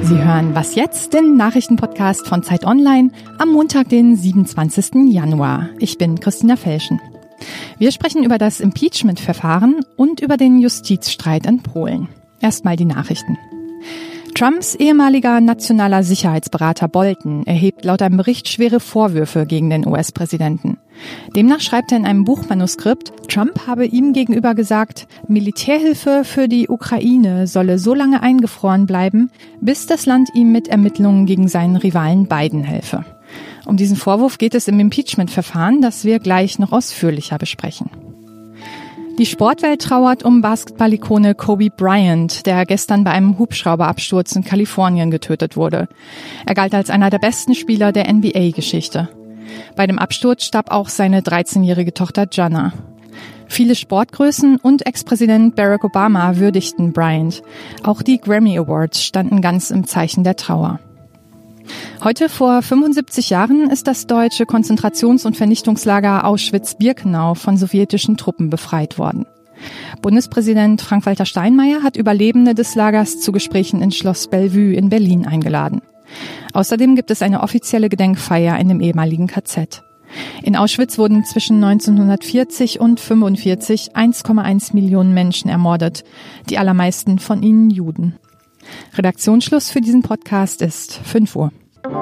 Sie hören Was jetzt? Den Nachrichtenpodcast von Zeit Online am Montag, den 27. Januar. Ich bin Christina Felschen. Wir sprechen über das Impeachment-Verfahren und über den Justizstreit in Polen. Erstmal die Nachrichten. Trumps ehemaliger nationaler Sicherheitsberater Bolton erhebt laut einem Bericht schwere Vorwürfe gegen den US-Präsidenten. Demnach schreibt er in einem Buchmanuskript, Trump habe ihm gegenüber gesagt, Militärhilfe für die Ukraine solle so lange eingefroren bleiben, bis das Land ihm mit Ermittlungen gegen seinen Rivalen Biden helfe. Um diesen Vorwurf geht es im Impeachment-Verfahren, das wir gleich noch ausführlicher besprechen. Die Sportwelt trauert um Basketball-Ikone Kobe Bryant, der gestern bei einem Hubschrauberabsturz in Kalifornien getötet wurde. Er galt als einer der besten Spieler der NBA-Geschichte. Bei dem Absturz starb auch seine 13-jährige Tochter Gianna. Viele Sportgrößen und Ex-Präsident Barack Obama würdigten Bryant. Auch die Grammy Awards standen ganz im Zeichen der Trauer. Heute vor 75 Jahren ist das deutsche Konzentrations- und Vernichtungslager Auschwitz-Birkenau von sowjetischen Truppen befreit worden. Bundespräsident Frank-Walter Steinmeier hat Überlebende des Lagers zu Gesprächen in Schloss Bellevue in Berlin eingeladen. Außerdem gibt es eine offizielle Gedenkfeier in dem ehemaligen KZ. In Auschwitz wurden zwischen 1940 und 1945 1,1 Millionen Menschen ermordet, die allermeisten von ihnen Juden. Redaktionsschluss für diesen Podcast ist 5 Uhr.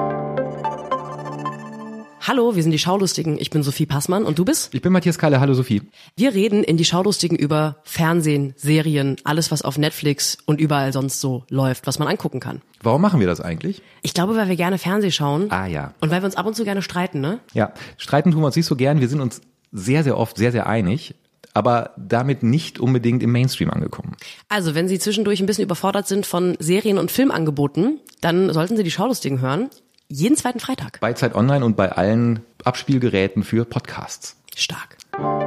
Hallo, wir sind die Schaulustigen. Ich bin Sophie Passmann und du bist? Ich bin Matthias Kalle. Hallo Sophie. Wir reden in die Schaulustigen über Fernsehen, Serien, alles was auf Netflix und überall sonst so läuft, was man angucken kann. Warum machen wir das eigentlich? Ich glaube, weil wir gerne Fernsehen schauen. Ah ja. Und weil wir uns ab und zu gerne streiten, ne? Ja, streiten tun wir uns nicht so gern. Wir sind uns sehr, sehr oft sehr, sehr einig, aber damit nicht unbedingt im Mainstream angekommen. Also, wenn Sie zwischendurch ein bisschen überfordert sind von Serien- und Filmangeboten, dann sollten Sie die Schaulustigen hören. Jeden zweiten Freitag. Bei Zeit Online und bei allen Abspielgeräten für Podcasts. Stark.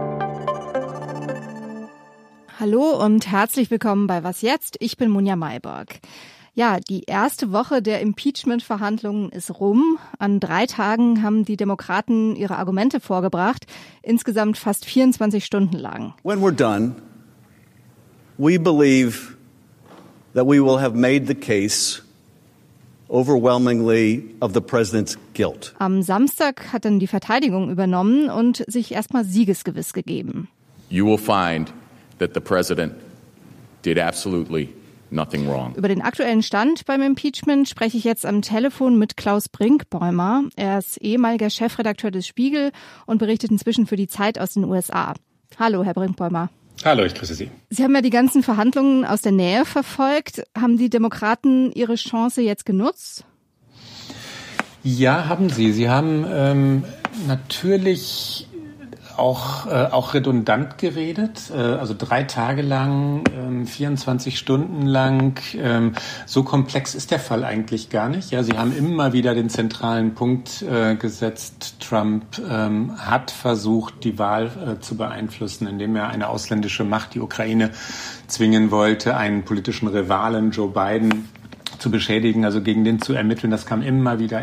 Hallo und herzlich willkommen bei Was jetzt? Ich bin Munja Mayborg. Ja, die erste Woche der Impeachment-Verhandlungen ist rum. An 3 Tagen haben die Demokraten ihre Argumente vorgebracht, insgesamt fast 24 Stunden lang. When we're done, we believe that we will have made the case overwhelmingly of the president's guilt. Am Samstag hat dann die Verteidigung übernommen und sich erstmal siegesgewiss gegeben. You will find that the president did absolutely nothing wrong. Über den aktuellen Stand beim Impeachment spreche ich jetzt am Telefon mit Klaus Brinkbäumer. Er ist ehemaliger Chefredakteur des Spiegel und berichtet inzwischen für die Zeit aus den USA. Hallo, Herr Brinkbäumer. Hallo, ich grüße Sie. Sie haben ja die ganzen Verhandlungen aus der Nähe verfolgt. Haben die Demokraten ihre Chance jetzt genutzt? Ja, haben sie. Sie haben natürlich auch redundant geredet, also 3 Tage lang, 24 Stunden lang. So komplex ist der Fall eigentlich gar nicht. Ja, sie haben immer wieder den zentralen Punkt gesetzt. Trump hat versucht, die Wahl zu beeinflussen, indem er eine ausländische Macht, die Ukraine, zwingen wollte, einen politischen Rivalen, Joe Biden, zu beschädigen, also gegen den zu ermitteln. Das kam immer wieder.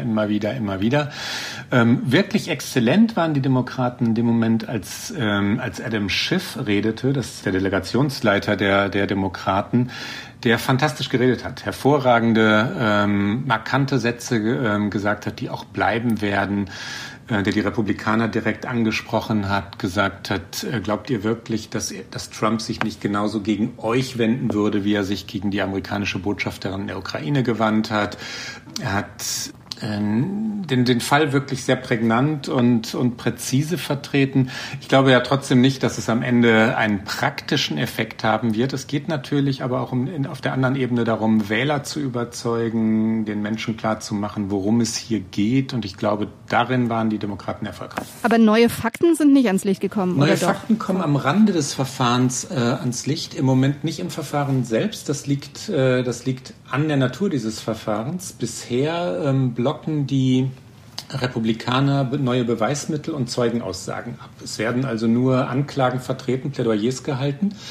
Wirklich exzellent waren die Demokraten in dem Moment, als Adam Schiff redete, das ist der Delegationsleiter der Demokraten, der fantastisch geredet hat, hervorragende, markante Sätze gesagt hat, die auch bleiben werden, der die Republikaner direkt angesprochen hat, gesagt hat, glaubt ihr wirklich, dass Trump sich nicht genauso gegen euch wenden würde, wie er sich gegen die amerikanische Botschafterin in der Ukraine gewandt hat? Er hat den Fall wirklich sehr prägnant und präzise vertreten. Ich glaube ja trotzdem nicht, dass es am Ende einen praktischen Effekt haben wird. Es geht natürlich aber auch auf der anderen Ebene darum, Wähler zu überzeugen, den Menschen klarzumachen, worum es hier geht. Und ich glaube, darin waren die Demokraten erfolgreich. Aber neue Fakten sind nicht ans Licht gekommen, neue oder doch? Fakten kommen am Rande des Verfahrens ans Licht. Im Moment nicht im Verfahren selbst. Das liegt an der Natur dieses Verfahrens. Bisher blocken die Republikaner neue Beweismittel und Zeugenaussagen ab. Es werden also nur Anklagen vertreten, Plädoyers gehalten.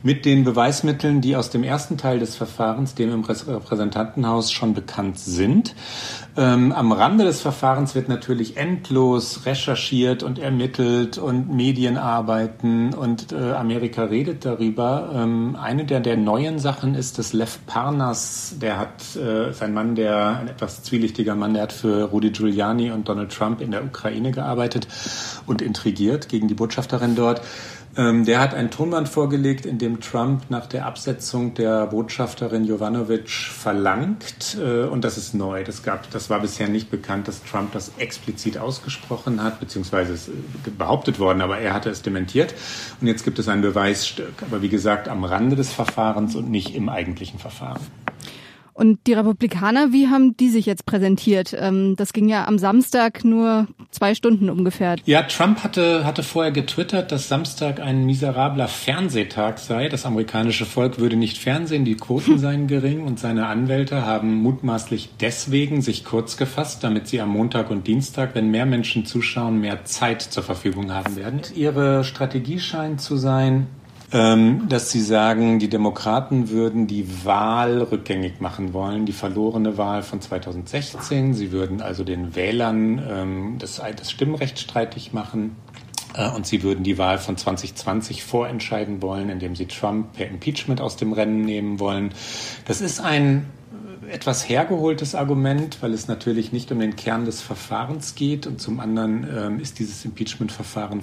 mit den Beweismitteln, die aus dem ersten Teil des Verfahrens, dem im Repräsentantenhaus, schon bekannt sind. Am Rande des Verfahrens wird natürlich endlos recherchiert und ermittelt und Medien arbeiten und Amerika redet darüber. Eine der neuen Sachen ist, dass Lev Parnas, sein Mann, ein etwas zwielichtiger Mann, der hat für Rudy Giuliani und Donald Trump in der Ukraine gearbeitet und intrigiert gegen die Botschafterin dort. Der hat ein Tonband vorgelegt, in dem Trump nach der Absetzung der Botschafterin Jovanovic verlangt, und das ist neu, das war bisher nicht bekannt, dass Trump das explizit ausgesprochen hat, beziehungsweise es behauptet worden, aber er hatte es dementiert. Und jetzt gibt es ein Beweisstück, aber wie gesagt am Rande des Verfahrens und nicht im eigentlichen Verfahren. Und die Republikaner, wie haben die sich jetzt präsentiert? Das ging ja am Samstag nur 2 Stunden ungefähr. Ja, Trump hatte vorher getwittert, dass Samstag ein miserabler Fernsehtag sei. Das amerikanische Volk würde nicht fernsehen, die Quoten seien gering und seine Anwälte haben mutmaßlich deswegen sich kurz gefasst, damit sie am Montag und Dienstag, wenn mehr Menschen zuschauen, mehr Zeit zur Verfügung haben werden. Ihre Strategie scheint zu sein, dass sie sagen, die Demokraten würden die Wahl rückgängig machen wollen, die verlorene Wahl von 2016. Sie würden also den Wählern das Stimmrecht streitig machen. Und sie würden die Wahl von 2020 vorentscheiden wollen, indem sie Trump per Impeachment aus dem Rennen nehmen wollen. Das ist ein etwas hergeholtes Argument, weil es natürlich nicht um den Kern des Verfahrens geht. Und zum anderen ist dieses Impeachment-Verfahren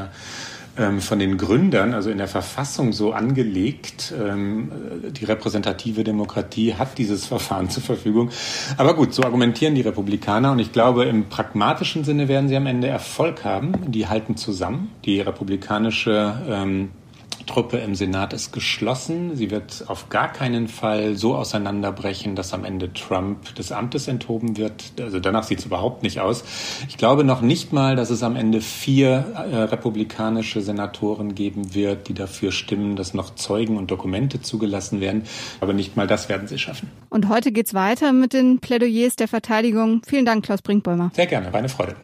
von den Gründern, also in der Verfassung so angelegt. Die repräsentative Demokratie hat dieses Verfahren zur Verfügung. Aber gut, so argumentieren die Republikaner und ich glaube, im pragmatischen Sinne werden sie am Ende Erfolg haben. Die halten zusammen. Die republikanische Truppe im Senat ist geschlossen. Sie wird auf gar keinen Fall so auseinanderbrechen, dass am Ende Trump des Amtes enthoben wird. Also danach sieht es überhaupt nicht aus. Ich glaube noch nicht mal, dass es am Ende 4 republikanische Senatoren geben wird, die dafür stimmen, dass noch Zeugen und Dokumente zugelassen werden. Aber nicht mal das werden sie schaffen. Und heute geht's weiter mit den Plädoyers der Verteidigung. Vielen Dank, Klaus Brinkbäumer. Sehr gerne, war eine Freude.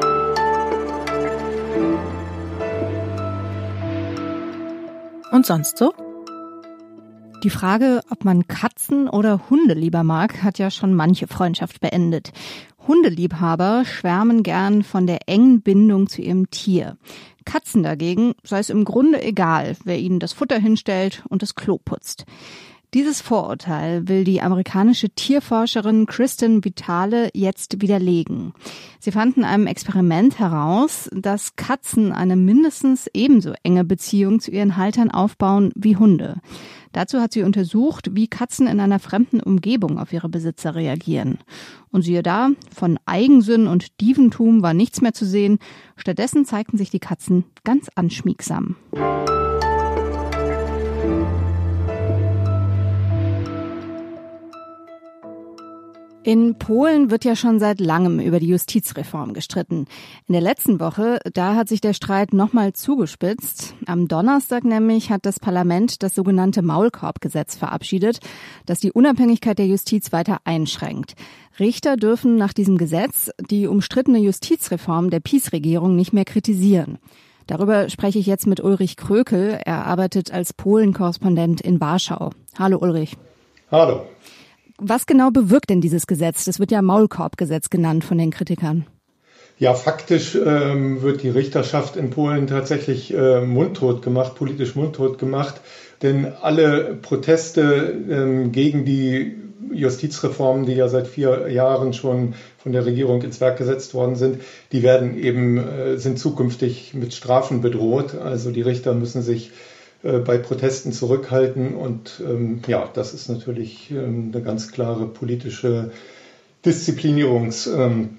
Und sonst so? Die Frage, ob man Katzen oder Hunde lieber mag, hat ja schon manche Freundschaft beendet. Hundeliebhaber schwärmen gern von der engen Bindung zu ihrem Tier. Katzen dagegen sei es im Grunde egal, wer ihnen das Futter hinstellt und das Klo putzt. Dieses Vorurteil will die amerikanische Tierforscherin Kristen Vitale jetzt widerlegen. Sie fand in einem Experiment heraus, dass Katzen eine mindestens ebenso enge Beziehung zu ihren Haltern aufbauen wie Hunde. Dazu hat sie untersucht, wie Katzen in einer fremden Umgebung auf ihre Besitzer reagieren. Und siehe da, von Eigensinn und Dieventum war nichts mehr zu sehen. Stattdessen zeigten sich die Katzen ganz anschmiegsam. In Polen wird ja schon seit langem über die Justizreform gestritten. In der letzten Woche, da hat sich der Streit nochmal zugespitzt. Am Donnerstag nämlich hat das Parlament das sogenannte Maulkorbgesetz verabschiedet, das die Unabhängigkeit der Justiz weiter einschränkt. Richter dürfen nach diesem Gesetz die umstrittene Justizreform der PiS-Regierung nicht mehr kritisieren. Darüber spreche ich jetzt mit Ulrich Krökel. Er arbeitet als Polen-Korrespondent in Warschau. Hallo Ulrich. Hallo. Was genau bewirkt denn dieses Gesetz? Das wird ja Maulkorbgesetz genannt von den Kritikern. Ja, faktisch wird die Richterschaft in Polen tatsächlich mundtot gemacht, politisch mundtot gemacht. Denn alle Proteste gegen die Justizreformen, die ja seit 4 Jahren schon von der Regierung ins Werk gesetzt worden sind, die sind zukünftig mit Strafen bedroht. Also die Richter müssen sich bei Protesten zurückhalten und das ist natürlich eine ganz klare politische Disziplinierungsmaßnahme.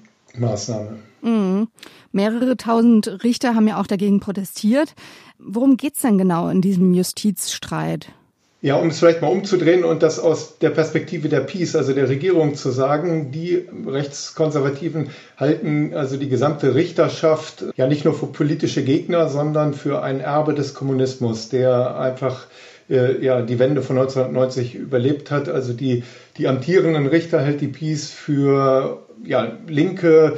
Mehrere tausend Richter haben ja auch dagegen protestiert. Worum geht's denn genau in diesem Justizstreit? Ja, um es vielleicht mal umzudrehen und das aus der Perspektive der PiS, also der Regierung zu sagen, die Rechtskonservativen halten also die gesamte Richterschaft ja nicht nur für politische Gegner, sondern für ein Erbe des Kommunismus, der einfach die Wende von 1990 überlebt hat. Also die amtierenden Richter hält die PiS für linke,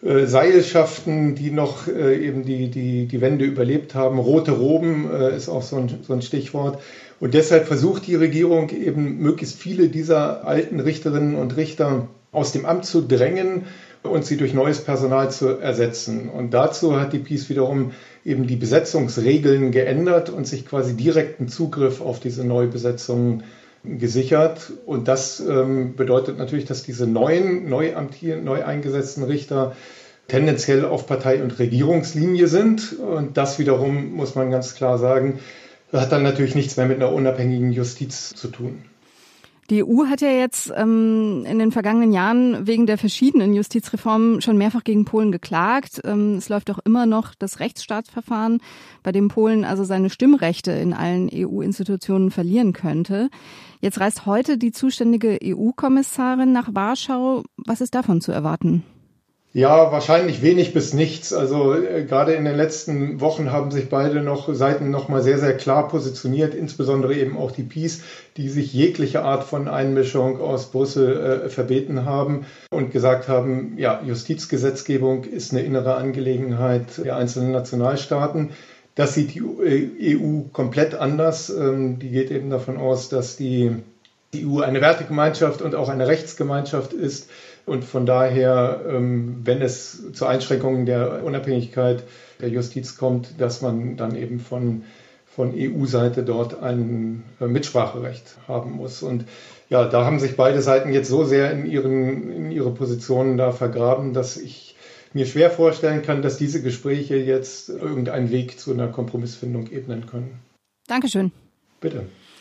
Seilschaften, die noch eben die Wende überlebt haben. Rote Roben ist auch so ein Stichwort. Und deshalb versucht die Regierung eben möglichst viele dieser alten Richterinnen und Richter aus dem Amt zu drängen und sie durch neues Personal zu ersetzen. Und dazu hat die PiS wiederum eben die Besetzungsregeln geändert und sich quasi direkten Zugriff auf diese Neubesetzungen gesichert. Und das bedeutet natürlich, dass diese neu eingesetzten Richter tendenziell auf Partei- und Regierungslinie sind. Und das wiederum, muss man ganz klar sagen, hat dann natürlich nichts mehr mit einer unabhängigen Justiz zu tun. Die EU hat ja jetzt in den vergangenen Jahren wegen der verschiedenen Justizreformen schon mehrfach gegen Polen geklagt. Es läuft auch immer noch das Rechtsstaatsverfahren, bei dem Polen also seine Stimmrechte in allen EU-Institutionen verlieren könnte. Jetzt reist heute die zuständige EU-Kommissarin nach Warschau. Was ist davon zu erwarten? Ja, wahrscheinlich wenig bis nichts. Also gerade in den letzten Wochen haben sich beide Seiten noch mal sehr, sehr klar positioniert, insbesondere eben auch die PiS, die sich jegliche Art von Einmischung aus Brüssel verbeten haben und gesagt haben, ja, Justizgesetzgebung ist eine innere Angelegenheit der einzelnen Nationalstaaten. Das sieht die EU komplett anders. Die geht eben davon aus, dass die EU eine Wertegemeinschaft und auch eine Rechtsgemeinschaft ist. Und von daher, wenn es zu Einschränkungen der Unabhängigkeit der Justiz kommt, dass man dann eben von EU-Seite dort ein Mitspracherecht haben muss. Und ja, da haben sich beide Seiten jetzt so sehr in ihre Positionen da vergraben, dass ich mir schwer vorstellen kann, dass diese Gespräche jetzt irgendeinen Weg zu einer Kompromissfindung ebnen können. Dankeschön. Bitte.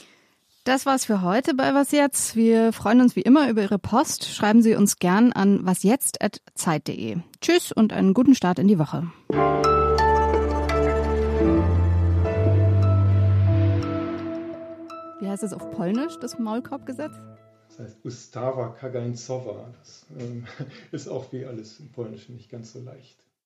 Das war's für heute bei Was Jetzt. Wir freuen uns wie immer über Ihre Post. Schreiben Sie uns gern an wasjetzt@zeit.de. Tschüss und einen guten Start in die Woche. Wie heißt es auf Polnisch, das Maulkorbgesetz? Das heißt Ustawa Kagańcowa. Das ist auch wie alles im Polnischen nicht ganz so leicht.